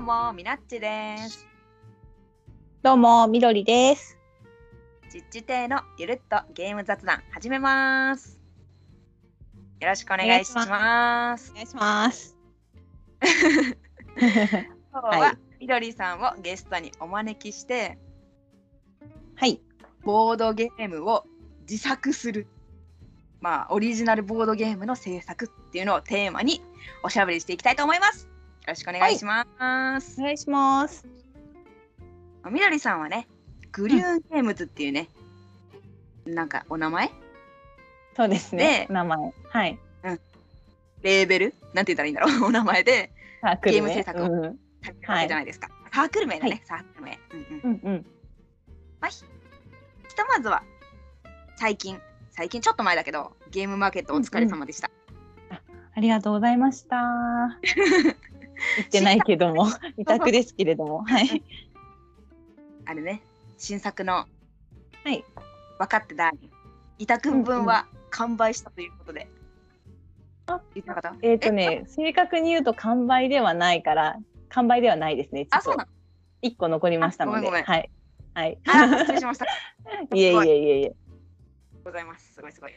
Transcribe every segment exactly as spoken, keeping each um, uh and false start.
もみなっちです。 どうもみどりです。 ちっち亭のゆるっとゲーム雑談始めます。よろしくお願いします。 お願いします。 今日ははいみどりさんをゲストにお招きして、 はい、 ボードゲームを自作する、まあオリジナルボードゲームの制作っていうのをテーマにおしゃべりしていきたいと思います。よろしくお願いします。 お願いします。 みどりさんはね、グリューンゲームズっていうね、うん、なんかお名前そうですね。名前、はい、 うん、レーベルなんて言ったらいいんだろうお名前でゲーム制作をされてるわけじゃないですか。はい、サークル名だね、はい、サークル名。うんうんうんうん。まあ、ひとまずは最近最近ちょっと前だけどゲームマーケットお疲れ様でした。 うんうん、あ, ありがとうございました。言ってないけども委託ですけれども、はい。あれね、新作の、 はい、 分かってだ委託分は完売したということで。 うんうん、言ってなかった？えっとね、正確に言うと完売ではないから完売ではないですね。 あ、そうなの。 いっこ残りましたので、 ごめんごめん、 はいはい。 あ、失礼しました。 いえいえいえいえ。 ございます。すごいすごい。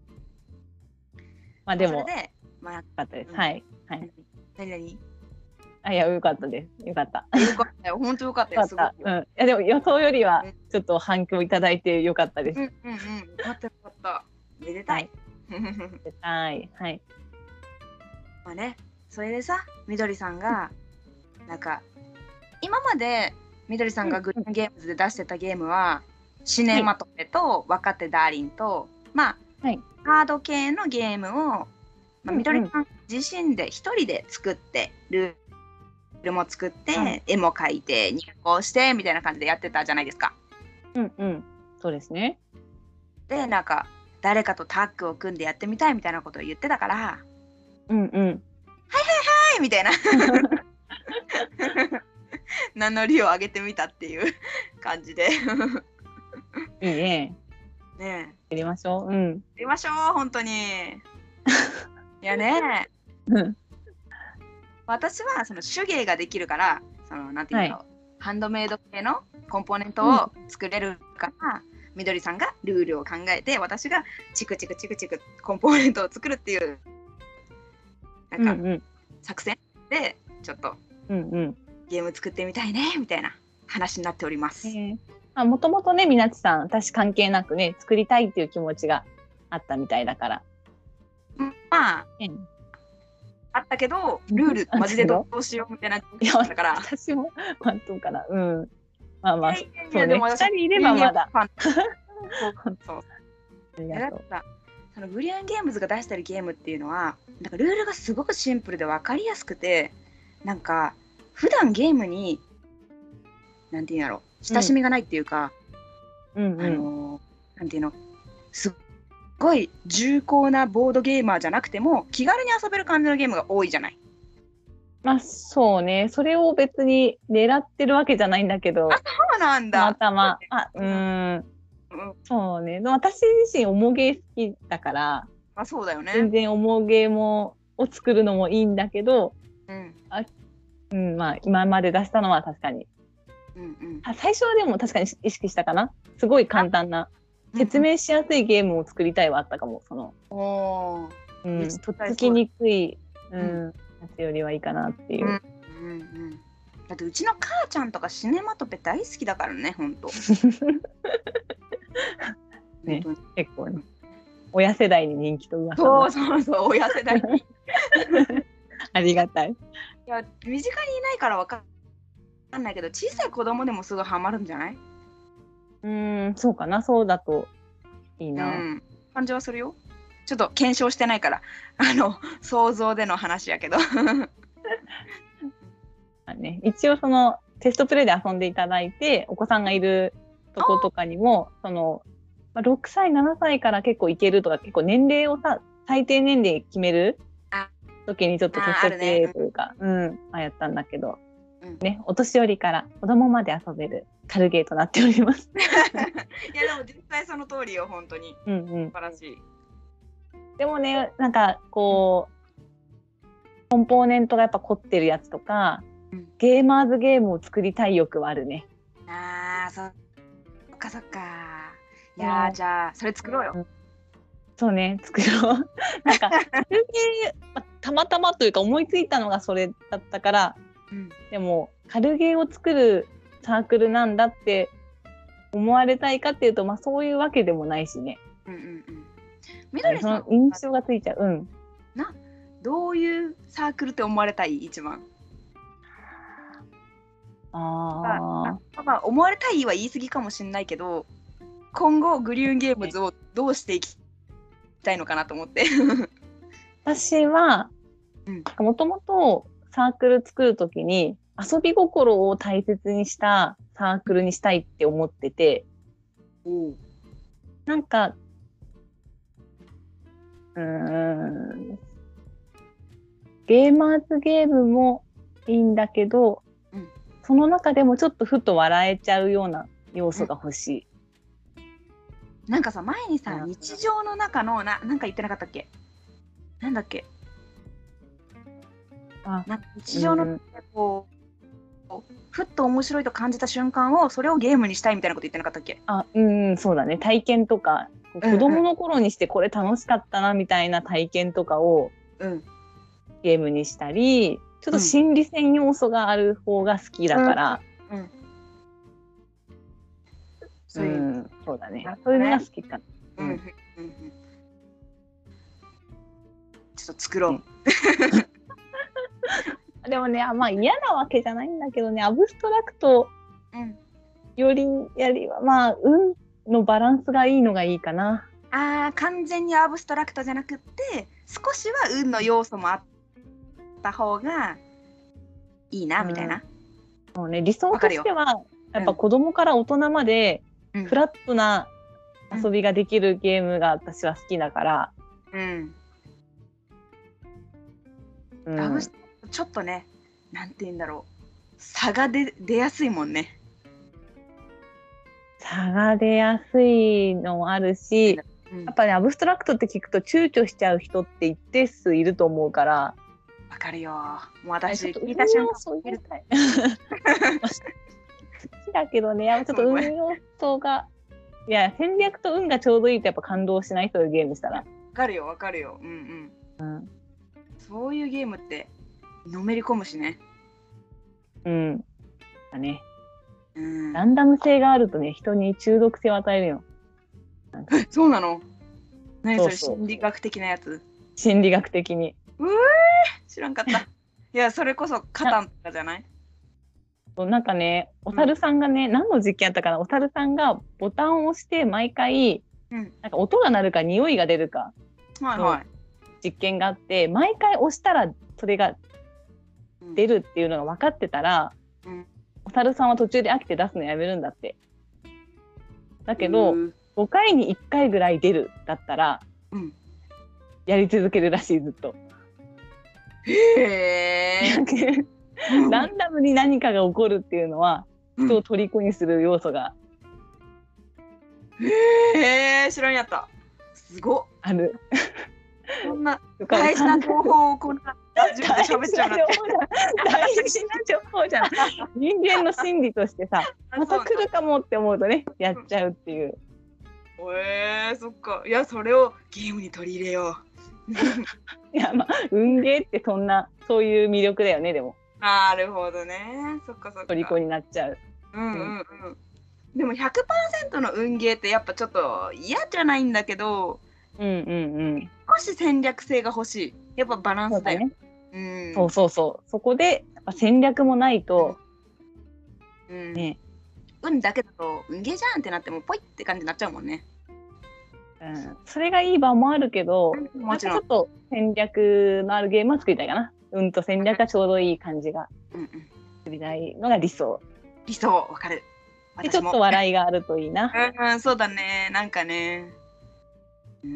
まあでも、 それで、まあ、 よかったです。うん、はいはい。 何何？ あ、いや、よかったです。よかった。 よかったよ、本当よかったよ。すごい。 うん。いや、でも予想よりはちょっと反響いただいてよかったです。 うんうんうん。よかったよかった。めでたい。 めでたい。はい。 まあね、それでさ、みどりさんがなんか今までみどりさんがグリーンゲームズで出してたゲームは、うん、シネマトペと若手ダーリンと、まあ、はい、カード系のゲームを、まあ、みどりさん自身で一人で作ってルールも作って、うん、絵も描いて入稿してみたいな感じでやってたじゃないですか。 うんうん、そうですね。 で、なんか誰かとタッグを組んでやってみたいみたいなことを言ってたから、 うんうん、はいはいはいみたいな名乗りを上げてみたっていう感じでいいね。 ねえ、やりましょう。うん。やりましょう、本当に。いやね、 うん、 私はその手芸ができるから、そのなんていうんだろう、はい、ハンドメイド系のコンポーネントを作れるから、うん、みどりさんがルールを考えて、私がチクチクチクチクコンポーネントを作るっていうなんか、うんうん、作戦でちょっと、うんうん、ゲーム作ってみたいねみたいな話になっております。 もともとね、みなっちさん、私関係なくね、作りたいっていう気持ちがあったみたいだから。 まあ、うん、あったけど、ルールマジでどうしようみたいなだから。 私も関東かな。うん。まあまあ、そうね。ふたりいればまだ。 そうそう。ありがとう。そのブリアンゲームズが出してるゲームっていうのは、なんかルールがすごくシンプルで分かりやすくて、なんか普段ゲームになんていうんやろ、親しみがないっていうか、うんうん、あのなんていうの、すっごい重厚なボードゲーマーじゃなくても気軽に遊べる感じのゲームが多いじゃない。 まあそうね、それを別に狙ってるわけじゃないんだけど。 あ、そうなんだ。 たまたま、あ、うん、うん、そうね。私自身重ゲー好きだから、 あ、そうだよね。 全然重ゲーもを作るのもいいんだけど、うん、あ、うん、まあ今まで出したのは確かに。うんうん、最初はでも確かに意識したかな。すごい簡単な、説明しやすいゲームを作りたいはあったかも。その、おうん、とっつきにくい、うん、やつよりはいいかなっていう。うんうんうん、 だってうちの母ちゃんとかシネマトペ大好きだからね、ほんと。 ね、結構ね、親世代に人気と噂。 そうそうそう、親世代に。 ありがたい。いや、身近にいないからわかんわかんないけど、小さい子供でもすぐハマるんじゃない？ うーん、そうかな、そうだといいな、うん、 感じはするよ。ちょっと検証してないからあの想像での話やけどね、一応そのテストプレイで遊んでいただいて、お子さんがいるとことかにもそのろくさいななさいから結構いけるとか、結構年齢をさ最低年齢決める時にちょっとテストプレイというか、ね、うん、まあ、やったんだけどね、お年寄りから子供まで遊べる軽ゲーとなっておりますいやでも実際その通りよ、本当に、うんうん、素晴らしい。 でもね、なんかこうコンポーネントがやっぱ凝ってるやつとか、 うんゲーマーズゲームを作りたい欲はあるね。 あーそっかそっか。いやーじゃあそれ作ろうよ。 うんそうね、作ろう。なんか、軽ゲー、たまたまというか思いついたのがそれだったから、 うん、 でも、軽ゲーを作るサークルなんだって思われたいかっていうと、まあそういうわけでもないしね。 うんうんうんみどりそさんの印象がついちゃう。うん。 などういうサークルって思われたい一番。 ああまあ思われたいは言い過ぎかもしれないけど、今後グリューンゲームズをどうしていきたいのかなと思って。 あ、私は、もともとサークル作るときに遊び心を大切にしたサークルにしたいって思ってて、 おうなんか、うーん、ゲーマーズゲームもいいんだけど、 うん、 その中でもちょっとふと笑えちゃうような要素が欲しい。 うん、なんかさ前にさ、 うん、 日常の中のななんか言ってなかったっけ。なんだっけ。 あ、 なんか日常のこう、うん、ふっと面白いと感じた瞬間をそれをゲームにしたいみたいなこと言ってなかったっけ。 あ、うん、そうだね。体験とか、子供の頃にしてこれ楽しかったなみたいな体験とかをゲームにしたり、ちょっと心理戦要素がある方が好きだから、 うんうんうん、 そういう、うん、そうだね。そういうのが好きかな。 うんうんうんうん、ちょっと作ろう。うんでもね、まあ嫌なわけじゃないんだけどね、アブストラクトよりやりは、まあ運のバランスがいいのがいいかな。 ああ、完全にアブストラクトじゃなくって少しは運の要素もあった方がいいな、みたいな。 うん、もうね、理想としてはやっぱ子供から大人までフラットな遊びができるゲームが私は好きだから。 うんうん、 アブストラクトちょっとね、なんて言うんだろう、差が出出やすいもんね。 差が出やすいのもあるし、うん、やっぱねアブストラクトって聞くと躊躇しちゃう人って一定数いると思うから。 わかるよ。もう私聞いた瞬間そう言いたい。好きだけどね、やっぱちょっと運要素が、いや戦略と運がちょうどいいとやっぱ感動しない、そういうゲームしたら。わかるよわかるよ。うんうん。うん、そういうゲームってのめり込むしね。 うんだね。 うん、 ランダム性があるとね、人に中毒性を与えるよ。 そうなの？何それ、そうそう、心理学的なやつ？ 心理学的に。 うえー、知らんかった。いや、それこそカタンとかじゃない？ なんかね、お猿さんがね、うん、何の実験やったかな、お猿さんがボタンを押して毎回、うん、なんか音が鳴るか匂いが出るかの実験があって、はいはい、毎回押したらそれが出るっていうのが分かってたら、うん、お猿さんは途中で飽きて出すのやめるんだって。だけど、うん、ごかいにいっかいぐらい出るだったら、うん、やり続けるらしい、ずっと。 へーランダムに何かが起こるっていうのは人を虜にする要素が、 うん、へー知らんやった。すごっ。ある。そんな大事な情報をこんなラジオで喋っちゃうなんて。 大事な情報じゃん。人間の心理としてさ、また来るかもって思うとね、やっちゃうっていう。 えー、そっか。いや、それをゲームに取り入れよう。 いや、まあ運ゲーってそんなそういう魅力だよね。でもなるほどね。そっかそっか。 虜になっちゃう。 うんうんうん。でも ひゃくパーセント の運ゲーってやっぱちょっと嫌じゃないんだけど、 うんうんうん。 少し戦略性が欲しい。やっぱバランスだよ。 そうだね。うん。そうそうそう。そこでやっぱ戦略もないと、 うん、ね。運だけだと運ゲーじゃんってなってもポイって感じになっちゃうもんね。 うん、それがいい場もあるけど、うん、もちろんちょっと戦略のあるゲームは作りたいかな。運と戦略がちょうどいい感じが作りたいのが理想。 理想わかる。 でちょっと笑いがあるといいな。 うん、うん、そうだね。なんかね。うん。うん、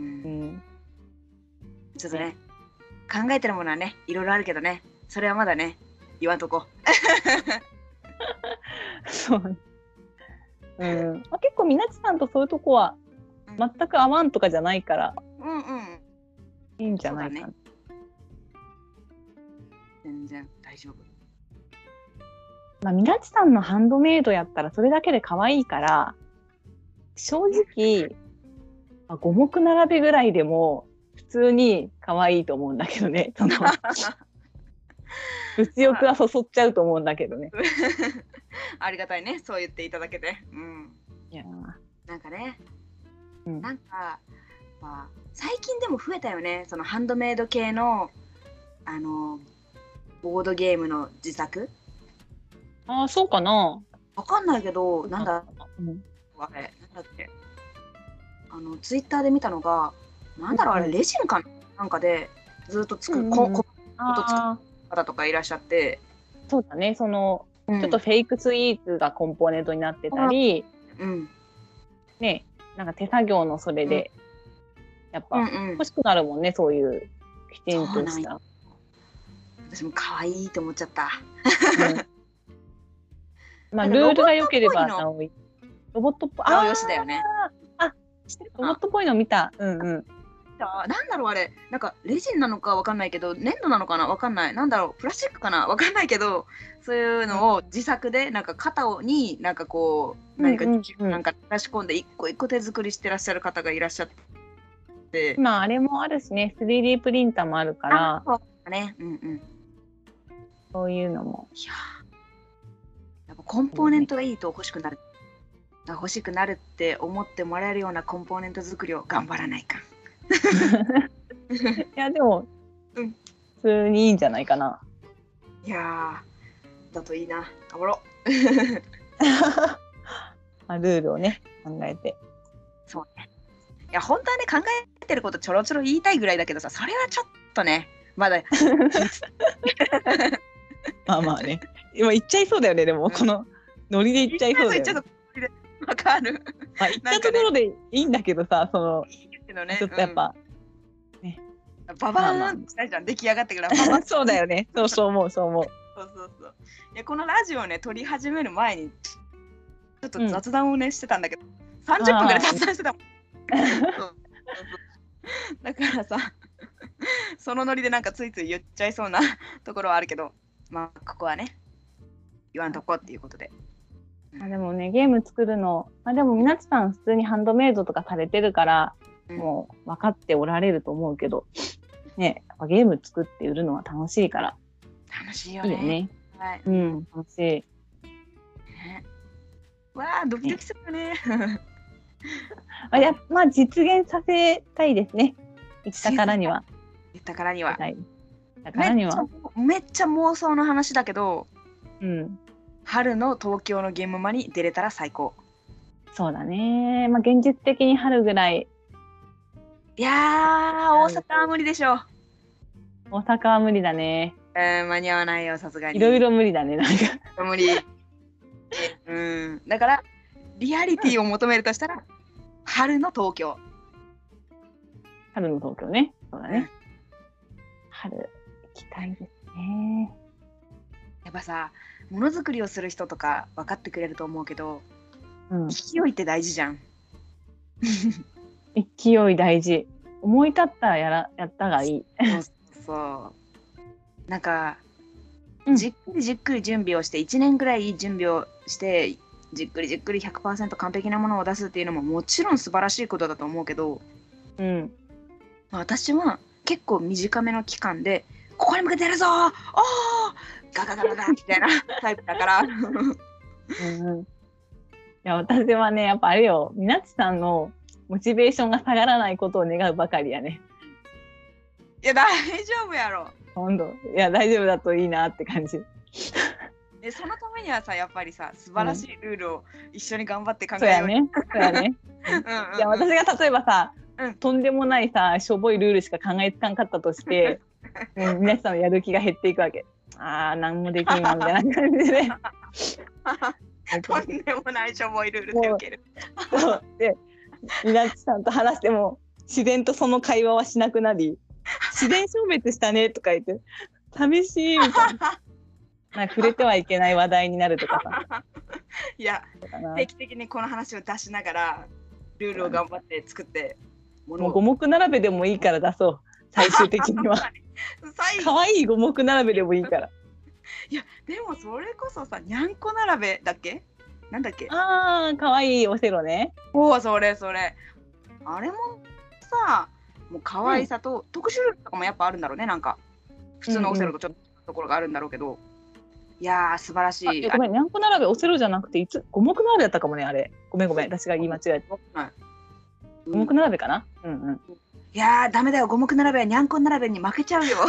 ちょっとね、ね、考えてるものはね、いろいろあるけどね、それはまだね、言わんとこ。 そう。うん。まあ、結構みなちさんとそういうとこは全く合わんとかじゃないから、 うんうん、 いいんじゃないかな。 ね、全然大丈夫。 まあ、みなちさんのハンドメイドやったらそれだけで可愛いから正直、まあ、五目並べぐらいでも普通に可愛いと思うんだけどね。その物欲はそそっちゃうと思うんだけどね。 ありがたいね、そう言っていただけて。うん、 いやなんかね、 うん、 なんか、まあ、最近でも増えたよね、そのハンドメイド系のあのボードゲームの自作。 ああ、そうかな。 わかんないけど、なんだ、 うん、 あれ、なんだっけ、あのツイッターで見たのが、なんだろう、あれ、レジンかなんかでずっと作る、うんうん、こここと作る方とかいらっしゃって。 そうだね、その、うん、ちょっとフェイクスイーツがコンポーネントになってたり、うん、ね、なんか手作業のそれで、うん、やっぱ欲しくなるもんね、そういうきちんとした。 私も可愛いと思っちゃった。 うん、まあルールが良ければなおい。ロボットっぽい。 ああ、よしだよね。 あ、ロボットっぽいの見た。うんうん。 なんだろうあれ、なんかレジンなのかわかんないけど、粘土なのかなわかんない。なんだろう、プラスチックかなわかんないけど、そういうのを自作でなんか肩になんかこう何か、うんうんうん、なんか出し込んで一個一個手作りしてらっしゃる方がいらっしゃって。 まああれもあるしね、スリーディー プリンターもあるから。 そうだね。うんうん。 そういうのも。 いや、やっぱコンポーネントがいいと欲しくなる。うん、欲しくなるって思ってもらえるようなコンポーネント作りを頑張らないか。 いやでも、うん、普通にいいんじゃないかな。 いやー、だといいな。頑張ろう。 まあ、ルールをね考えて。 そうね。いや本当はね考えてることちょろちょろ言いたいぐらいだけどさ、それはちょっとねまだ。 まあまあね。今言っちゃいそうだよね。でも、うん、このノリで言っちゃいそうだよね。 ちょっとわかる。 まあ言ったところでいいんだけどさ、そのいいけど、ね、ちょっとやっぱ、 うん、ね。ババーンしたじゃん、出来上がってから。 そうだよね。そうそう思うそう思う。 そうそうそう。いやこのラジオね撮り始める前にちょっと雑談をね、うん、してたんだけど、さんじゅっぷんぐらい雑談してたもん。だからさ、そのノリでなんかついつい言っちゃいそうなところはあるけど、まあここはね言わんとこっていうことで。 あでもねゲーム作るの、まあ、でもみなちさん普通にハンドメイドとかされてるから、うん、もう分かっておられると思うけどね、やっぱゲーム作って売るのは楽しいから楽しいよね。 いいよね。 はい、 うん、楽しい。ね、 わあドキドキするよね。 あいやまあ実現させたいですね。言ったからには。 言ったからには。 言ったからには。 めっちゃ妄想の話だけど、 うん。 春の東京のゲームマに出れたら最高。 そうだね。まあ現実的に春ぐらい。 いやー大阪は無理でしょ。 大阪は無理だね。 えー、間に合わないよさすがに。 いろいろ無理だねなんか。 無理。うん。だからリアリティを求めるとしたら春の東京。 春の東京ね。そうだね。うん、春行きたいですね。 やっぱさものづくりをする人とか分かってくれると思うけど、うん、勢いって大事じゃん。 勢い大事。思い立ったらやらやったがいい。 そうそうなんか、うん、じっくりじっくり準備をしていちねんぐらい準備をしてじっくりじっくり ひゃくパーセント 完璧なものを出すっていうのももちろん素晴らしいことだと思うけど、 うん、 私は結構短めの期間でここに向けてやるぞーおーガガガガガみたいなタイプだから。うん、 いや私はねやっぱあれよみなちさんのモチベーションが下がらないことを願うばかりやね。 いや大丈夫やろ。 ほんといや大丈夫だといいなって感じ。 でそのためにはさやっぱりさ素晴らしいルールを一緒に頑張って考えよう、 うん、そうやね。そうやね。うんうん、いや私が例えばさ、うん、とんでもないさしょぼいルールしか考えつかんかったとしてもうみなちさんのやる気が減っていくわけ。あー何もできんわみたいな感じで、ね、 とんでもないしょぼいルールで受ける。 そうでみなちさんと話しても自然とその会話はしなくなり自然消滅したねとか言って寂しいみたいななんか触れてはいけない話題になるとかさ。 いや定期的にこの話を出しながらルールを頑張って作ってもう五目並べでもいいから出そう最終的には。かわいい五目並べでもいいから。 いやでもそれこそさ、にゃんこ並べだっけ、なんだっけ、 ああ、かわいいオセロね。 おお、それそれ、あれもさ、もう可愛さと、うん、特殊ルールとかもやっぱあるんだろうね。なんか普通のオセロとちょっとところがあるんだろうけど、うんうん、いやー素晴らしい。 ごめん、にゃんこ並べオセロじゃなくていつ五目並べだったかもね、あれ。ごめんごめん、私が言い間違えた。五目並べかな。うんうん。 いやーダメだよ、五目並べはにゃんこ並べに負けちゃうよ。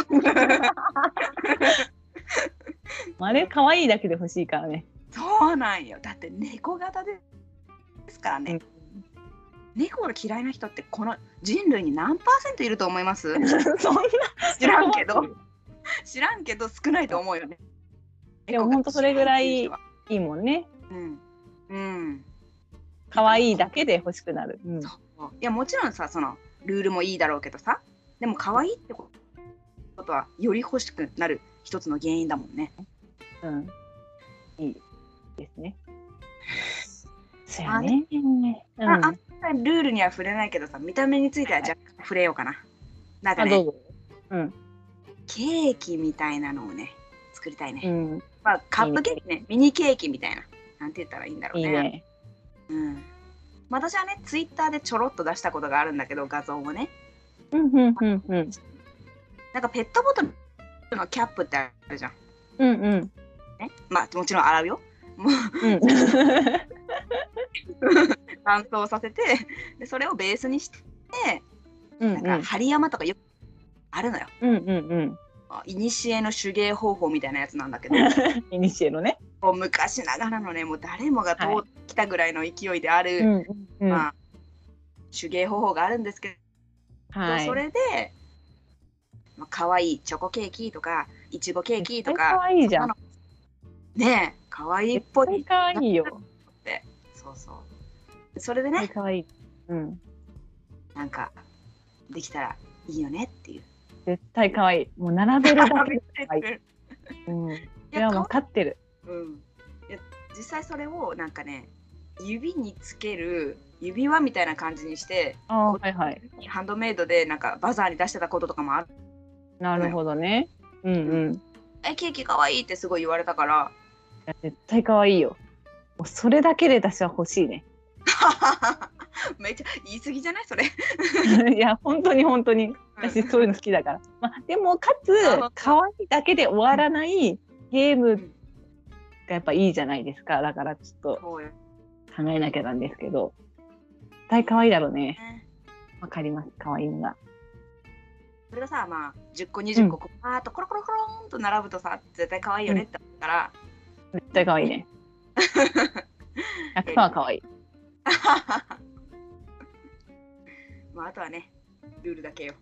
あれ可愛いだけで欲しいからね。 そうなんよ。だって猫型ですからね。うん、猫が嫌いな人ってこの人類に何パーセントいると思います？ そんな知らんけど知らんけど少ないと思うよね。 でも本当それぐらいいいもんね。 うんうん。 可愛いだけで欲しくなる。うん、 そういやもちろんさ、そのルールもいいだろうけどさ、でも可愛いってことはより欲しくなる一つの原因だもんね。 うん。いいですね。そうやね。 あ、あ、あんルールには触れないけどさ、見た目については若干触れようかな。なんかね、 どうぞ。うん、 ケーキみたいなのをね作りたいね。 うん、 まあカップケーキね、いいね、ミニケーキみたいな、なんて言ったらいいんだろうね。 いいね。 うん。私はねツイッターでちょろっと出したことがあるんだけど、画像をね。 うんうんうんうん。 なんかペットボトルのキャップってあるじゃん。 うんうん。 ね、まあもちろん洗うよ。もう、うん、乾燥させて、でそれをベースにして、うんうん、なんか針山とかよくあるのよ。 うんうんうん。 いにしえの手芸方法みたいなやつなんだけど。 いにしえのね。 もう昔ながらのね、もう誰もが通ってきたぐらいの勢いである、はい、うんうん、まあ、手芸方法があるんですけど、はい、それで、まあ、かわいいチョコケーキとかいちごケーキとか、 かわいいじゃん。 ねえ、かわいいっぽい。 かわいいよ。 そうそう。それでね、 かわいい。うん。 なんかできたらいいよねっていう。 絶対かわいい。もう並べるだけでかわいい。うん。いや分かってる。 うん。いや実際それをなんかね、指につける指輪みたいな感じにして、 あ、はいはい。 ハンドメイドでなんかバザーに出してたこととかもある。 なるほどね。うんうん。うん、 え、ケーキかわいいってすごい言われたから。 いや絶対かわいいよ。もうそれだけで私は欲しいね。 めっちゃ言い過ぎじゃないそれ。 いや本当に本当に私そういうの好きだから。まあ、でもかつ可愛いだけで終わらないゲームがやっぱいいじゃないですか。だからちょっと考えなきゃなんですけど、絶対可愛いだろうね。わかります、可愛いのが。 それがさ、まあじゅっこにじゅっこパーッとコロコロコロンと並ぶとさ、絶対可愛いよねって思ったら、 うん、絶対可愛いね。ひゃくパーセント 可愛い。 まああとはね、ルールだけよ。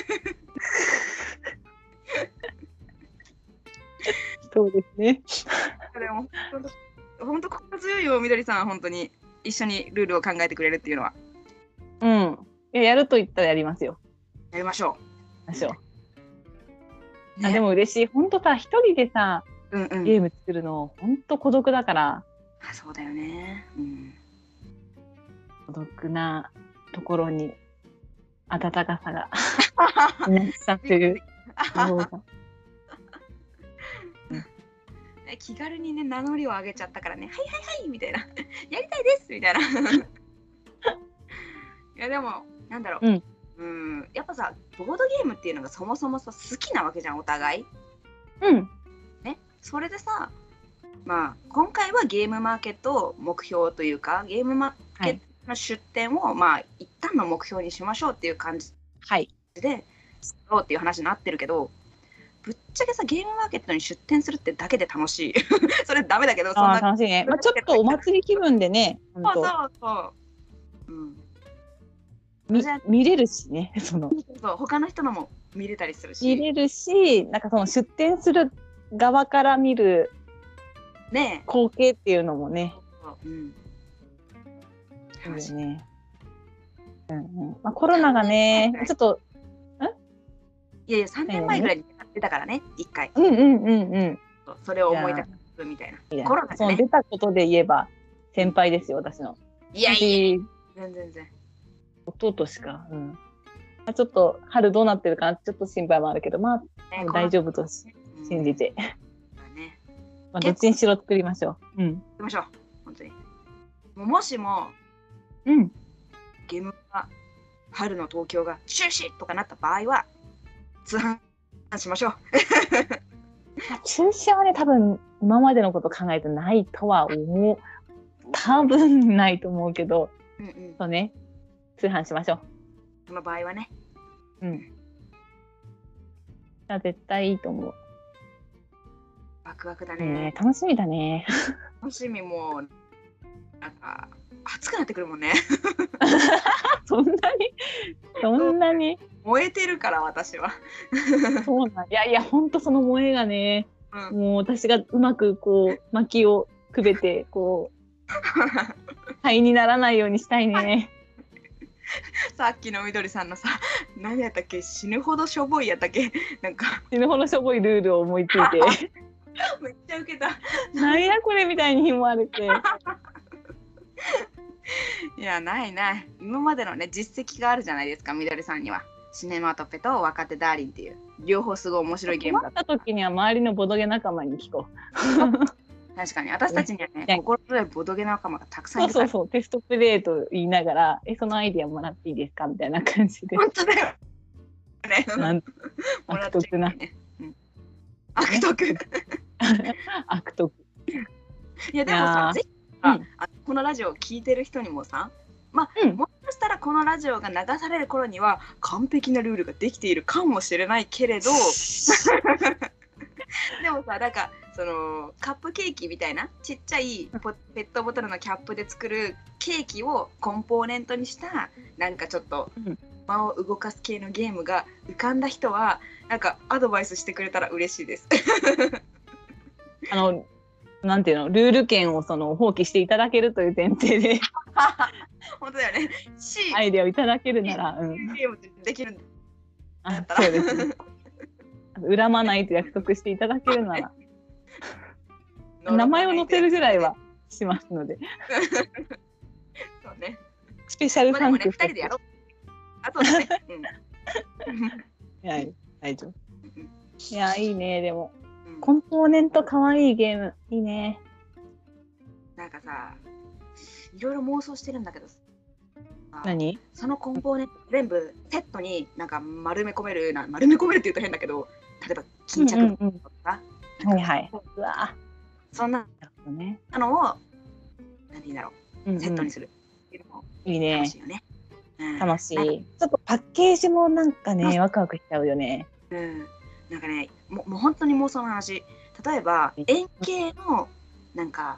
そうですね。 でも本当心強いよ、みどりさん。本当に一緒にルールを考えてくれるっていうのは。 うん。いや、やると言ったらやりますよ。 やりましょう。 やりましょう。ね、あでも嬉しい。本当さ、一人でさ、うんうん、ゲーム作るの本当孤独だから。 あ、そうだよね。うん。 孤独なところに温かさがなさってる。 気軽にね名乗りを上げちゃったからね、はいはいはいみたいな、やりたいですみたいな。いやでもなんだろう、うん、うんやっぱさボードゲームっていうのがそもそもさ好きなわけじゃん、お互い。 うんね、それでさ、まあ今回はゲームマーケットを目標というか、ゲームマーケットの出店を、はい、まあ一旦の目標にしましょうっていう感じで作ろうっていう話になってるけど、ぶっちゃけさゲームマーケットに出店するってだけで楽しい。それダメだけど、そんな楽しいね。まあ、ちょっとお祭り気分でね。 そうそうそう。うん。 見, 見れるしね。そのそう他の人のも見れたりするし。 見れるし、なんかその出店する側から見るね光景っていうのもね。うん。楽しいね。うんうんまあ、コロナがね、ちょっと。 いやいやさんねんまえぐらいに出たからね、いっかい。 うんうんうんうん。 それを思い出すみたいな。いコロナでね、その出たことで言えば先輩ですよ、私の。 いやいや全然全然。 弟しか。うん。ちょっと春どうなってるかな、ちょっと心配もあるけど、まあ、ね、大丈夫と信じて。 ね、 まあ、どっちにしろ作りましょう。うん。 作りましょう。本当に。もうもしも、 うん。 ゲームが春の東京が中止とかなった場合は通販しましょう。 中止はね、多分今までのこと考えてないとは思う。多分ないと思うけど、うんうん、そうね、通販しましょう。 その場合はね。 うん。じゃあ絶対いいと思う。 ワクワクだね。 ね、楽しみだね。 楽しみ。もうなんか暑くなってくるもんね。 そんなにそんなに燃えてるから私は。 そうなん、いやいや、ほんとその燃えがね、うん、もう私がうまくこう薪をくべてこう灰にならないようにしたいね。 さっきのみどりさんのさ、何やったっけ、死ぬほどしょぼいやったっけ、なんか死ぬほどしょぼいルールを思いついてめっちゃウケた。 何やこれみたいに思われて。 いや、ないない。今までのね、実績があるじゃないですか、みどりさんには。シネマトペと若手ダーリンっていう両方すごい面白いゲームだった。 困った時には周りのボドゲ仲間に聞こう。 確かに私たちにはね、心強いボドゲ仲間がたくさんいるから。 そうそうそう、テストプレイと言いながら、え、そのアイディアもらっていいですかみたいな感じで。 本当だよ。ね、 なん悪徳な。 うん、悪徳。 悪徳。 いやでもさ、ぜひ、うん、このラジオを聞いてる人にもさ、まあ、うん、もしかしたらこのラジオが流される頃には完璧なルールができているかもしれないけれどでもさ、なんかそのカップケーキみたいなちっちゃいペットボトルのキャップで作るケーキをコンポーネントにしたなんかちょっと間を動かす系のゲームが浮かんだ人はなんかアドバイスしてくれたら嬉しいです。 あのなんていうの、ルール権をその放棄していただけるという前提で本当だよね。 アイデアをいただけるなら、うん、 ゲームできるんだったら、そうですね。恨まないと約束していただけるなら名前を載せるぐらいはしますので。 そうね。 スペシャルサンクス。 ふたりでやろう。あとね。 うん、いや、大丈夫。いや、いいね、でも。コンポーネントかわいいゲームいいね。 なんかさ、いろいろ妄想してるんだけど、 何？ そのコンポーネント全部セットになんか丸め込めるな、丸め込めるって言うと変だけど、例えば巾着とか、 うんうんうん、はいはい。うわ、 そんなのを、なんて言うんだろう、うんうん、セットにするっていうのもいいね。 楽しいよね。うん、 楽しい。ちょっとパッケージもなんかね、ワクワクしちゃうよね。 うん。なんかね、もう本当に妄想の話。例えば円形のなんか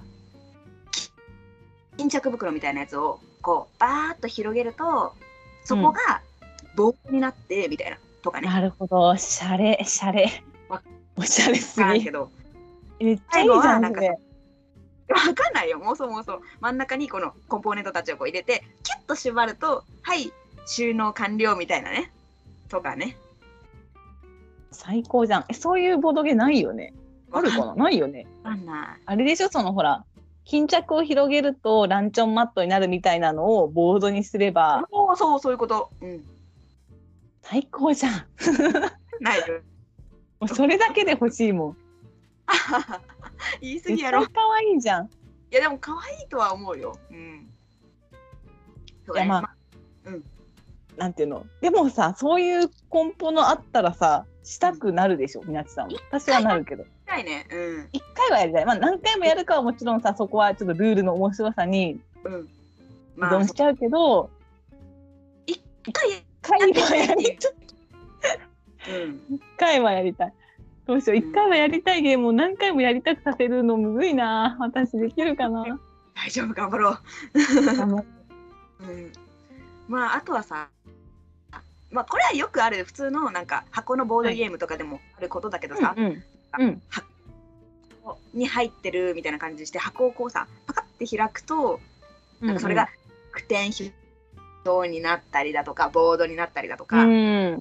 巾着袋みたいなやつをこうバーッと広げるとそこが棒になってみたいな、うん、とかね。 なるほど、シャレシャレ。おしゃれすぎ。 けどめっちゃいいじゃん。 なんかわかんないよ、妄想妄想。真ん中にこのコンポーネントたちをこう入れてキュッと縛るとはい収納完了みたいなね、とかね。 最高じゃん。え、そういうボドゲないよね。あるかな？ないよね。 あんな。 あれでしょ、そのほら、巾着を広げるとランチョンマットになるみたいなのをボードにすれば。 そうそう、そういうこと。うん。 最高じゃん。 ないよ。 もうそれだけで欲しいもん。 言い過ぎやろ。 可愛いじゃん。いやでも可愛いとは思うよ。うん。 いやまあ、まあ、うん。なんていうの。でもさ、そういうコンポのあったらさ、したくなるでしょ、みなちさんも。私はなるけど。 一回ね、うん。 一回はやりたい。まあ何回もやるかはもちろんさ、そこはちょっとルールの面白さに依存しちゃうけど、 一、まあ、回はやりたい。一回はやりたい。どうしよう、一回はやりたいゲームを何回もやりたくさせるのむずいな。私できるかな。 大丈夫、頑張ろう。頑張る。うん。まああとはさ。まあこれはよくある普通のなんか箱のボードゲームとかでもあることだけどさ、はい、うんうん、箱に入ってるみたいな感じして箱をこうさパカッて開くとなんかそれが句点表になったりだとかボードになったりだとか、うん、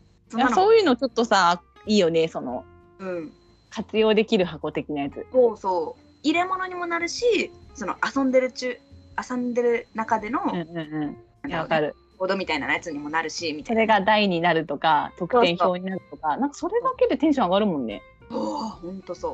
そ, いやそういうのちょっとさいいよね、その、 うん、活用できる箱的なやつ。 そうそう入れ物にもなるし、その遊んでる中遊んでる中での、うんうんうん、わかる。 ボードみたいなやつにもなるしみたいな。 それが台になるとか得点表になるとか、なんかそれだけでテンション上がるもんね。 おお、ほんとそ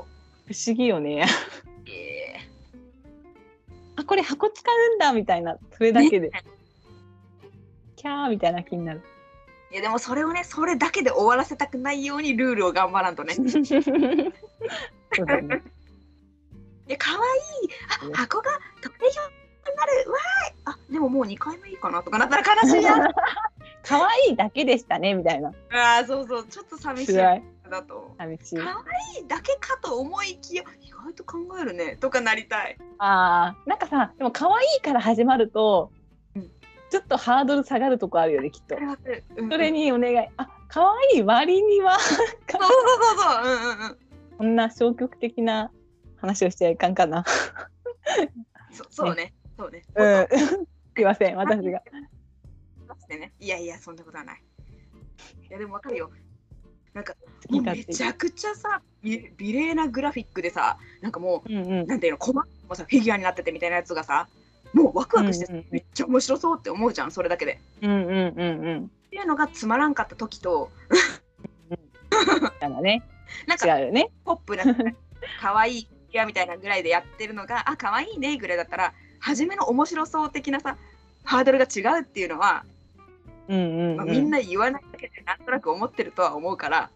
不思議よね。 えあ、これ箱使うんだみたいな、それだけで、ね、キャーみたいな気になる。 いやでもそれをね、それだけで終わらせたくないようにルールを頑張らんとね。 そうだね。 いや、かわいい。あ、箱が特定票になる。わーい。あ、でももうにかいめいいかなとかなったら悲しいや。 かわいいだけでしたねみたいな。 ああ、そうそう、ちょっと寂しいだと。 寂しい。 かわいいだけかと思いきや、意外と考えるねとかなりたい。 ああ、なんかさ、でもかわいいから始まると、うん、ちょっとハードル下がるとこあるよね、きっと。うんうん、それにお願い。あ、かわいい割には。そうそうそうそう。うんうんうん。 こんな消極的な話をしちゃいかんかな。 そそうね。そうね。 うん。すいません、私が。 ね、いやいや、そんなことはない。いやでもわかるよ。なんかもうめちゃくちゃさ、美麗なグラフィックでさ、なんかもう、うんうん、なんていうの、コマもさ、フィギュアになっててみたいなやつがさ、もうワクワクして、うんうん、めっちゃ面白そうって思うじゃん、それだけで。 うんうんうんうん。 っていうのがつまらんかった時と、 だね。 なんか違うよね。ポップな可愛いフィギュアみたいなぐらいでやってるのが、あ、可愛いねぐらいだったら、初めの面白そう的なさ、ハードルが違うっていうのは、 うんうんうんまあ、みんな言わないだけでなんとなく思ってるとは思うから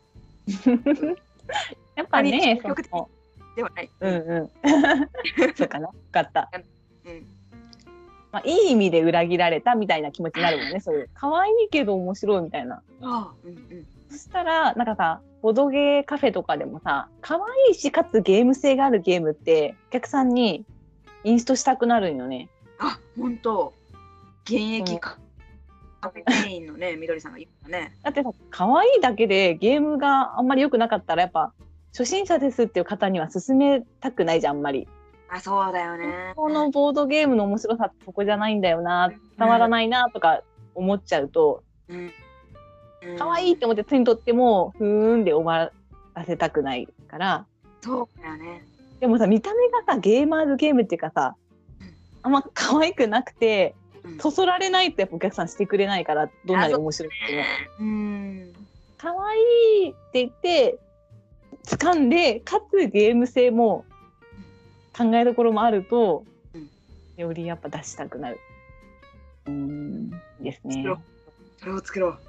やっぱね、 積極的ではない。 うんうんそうかな、分かった、うんまあ、いい意味で裏切られたみたいな気持ちになるもんね。そういう可愛いけど面白いみたいな。 ああ、うんうん、 そしたらなんかさ、ボドゲーカフェとかでもさ、可愛いしかつゲーム性があるゲームってお客さんにインストしたくなるんよね。 あ、本当現役か、うんメインのね、みどりさんが言ったね。 だってさ、可愛いだけでゲームがあんまり良くなかったら、やっぱ初心者ですっていう方には勧めたくないじゃん、あんまり。 あ、そうだよね。 このボードゲームの面白さってそこじゃないんだよな、伝わらないなとか思っちゃうと、うんうん、可愛いって思って手に取ってもふーんで終わらせたくないから。 そうだよね。 でもさ、見た目がさ、ゲーマーズゲームっていうかさ、あんま可愛くなくてそそられないとやっぱお客さんしてくれないから、どんなに面白いっても、うん、可愛いって言って掴んで、かつゲーム性も考えどころもあると、うん、よりやっぱ出したくなる。うーんですね。 それを作ろう。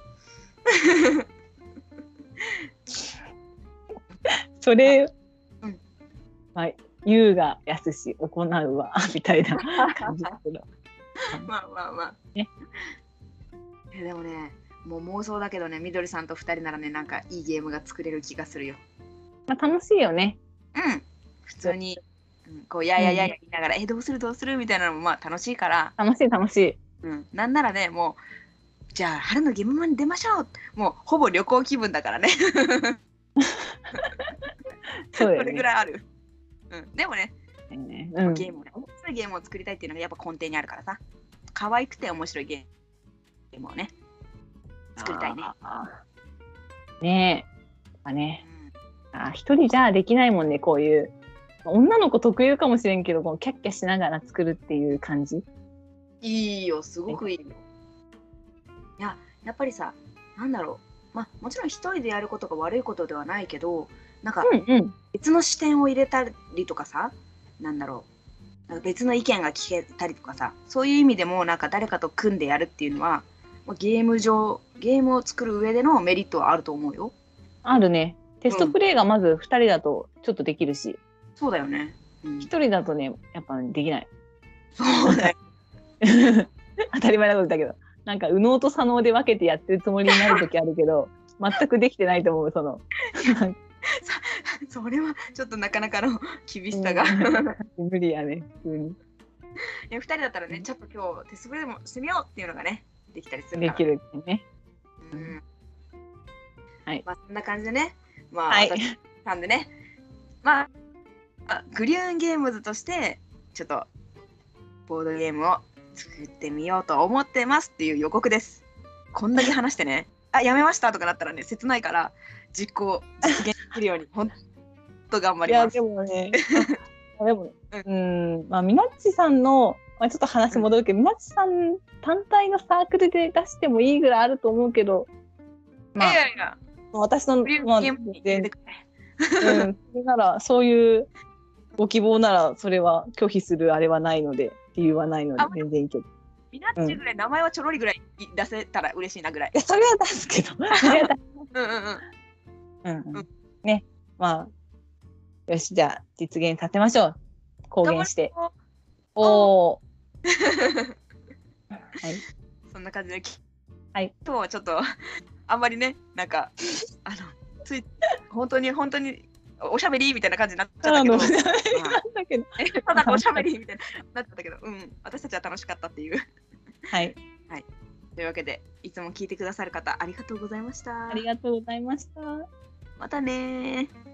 それ、うん、まあ優雅やすし行うわみたいな感じだけど。 まあまあまあ、ね、えでもね、もう妄想だけどね、みどりさんとふたりならね、なんかいいゲームが作れる気がするよ。 まあ、楽しいよね。 うん普通に、うん、こうやややや言いながら、うん、えどうするどうするみたいなのもまあ楽しいから。 楽しい楽しい、 うん、なんならね、もうじゃあ春のゲームマンに出ましょう、もうほぼ旅行気分だからね。 そうだよね、 それぐらいある、うん、でもね、 うん、 ゲームをね、面白いゲームを作りたいっていうのがやっぱ根底にあるからさ、可愛くて面白いゲームをね作りたいね。 ねえ、あね、うん、あ一人じゃできないもんね、こういう女の子特有かもしれんけど、こうキャッキャしながら作るっていう感じ。 いいよ、すごくいいよ。いや、やっぱりさ、なんだろう、まあもちろん一人でやることが悪いことではないけど、なんか別の視点を入れたりとかさ、なんだろう、なんか別の意見が聞けたりとかさ、そういう意味でもなんか誰かと組んでやるっていうのはゲーム上ゲームを作る上でのメリットはあると思うよ。 あるね。テストプレイがまずふたりだとちょっとできるし、うん、 そうだよね、うん、ひとりだとねやっぱできない。 そうだよ当たり前なことだけど、なんか右脳と左脳で分けてやってるつもりになる時あるけど全くできてないと思う。そのそれはちょっとなかなかの厳しさが、 うん、無理やね普通に。 いやふたりだったらね、ちょっと今日テストプレイもしてみようっていうのがねできたりするからできるね、 うん、 はい、 まあそんな感じでね、まあ、 はい、 私さんでね、まあグリューンゲームズとしてちょっとボードゲームを作ってみようと思ってますっていう予告です。こんだけ話してねあやめましたとかなったらね切ないから、実行実現できるように本当頑張ります。 いやでもねでも、うん、うん、まあみなっちさんの、まあ、ちょっと話戻るけど、みなっちさん単体のサークルで出してもいいぐらいあると思うけど、 まあ、いやいや私のゲームに出てくれうん、それならそういうご希望ならそれは拒否するあれはないので理由はないので全然いいけど。 みなっちぐらい、名前はちょろりぐらい出せたら嬉しいなぐらい。 いやそれは出すけど。 うんうんうん。 うんうん、ね、まあよしじゃあ実現させましょう。公言して。おお。はい。 そんな感じで、 はい。 今日はちょっとあんまりね、なんかあのつい本当に本当におしゃべりみたいな感じになっちゃったけど、ただおしゃべりみたいになっちゃったけど、うん、私たちは楽しかったっていう。 はい。 はい。というわけで、いつも聞いてくださる方ありがとうございました。 ありがとうございました。 またね。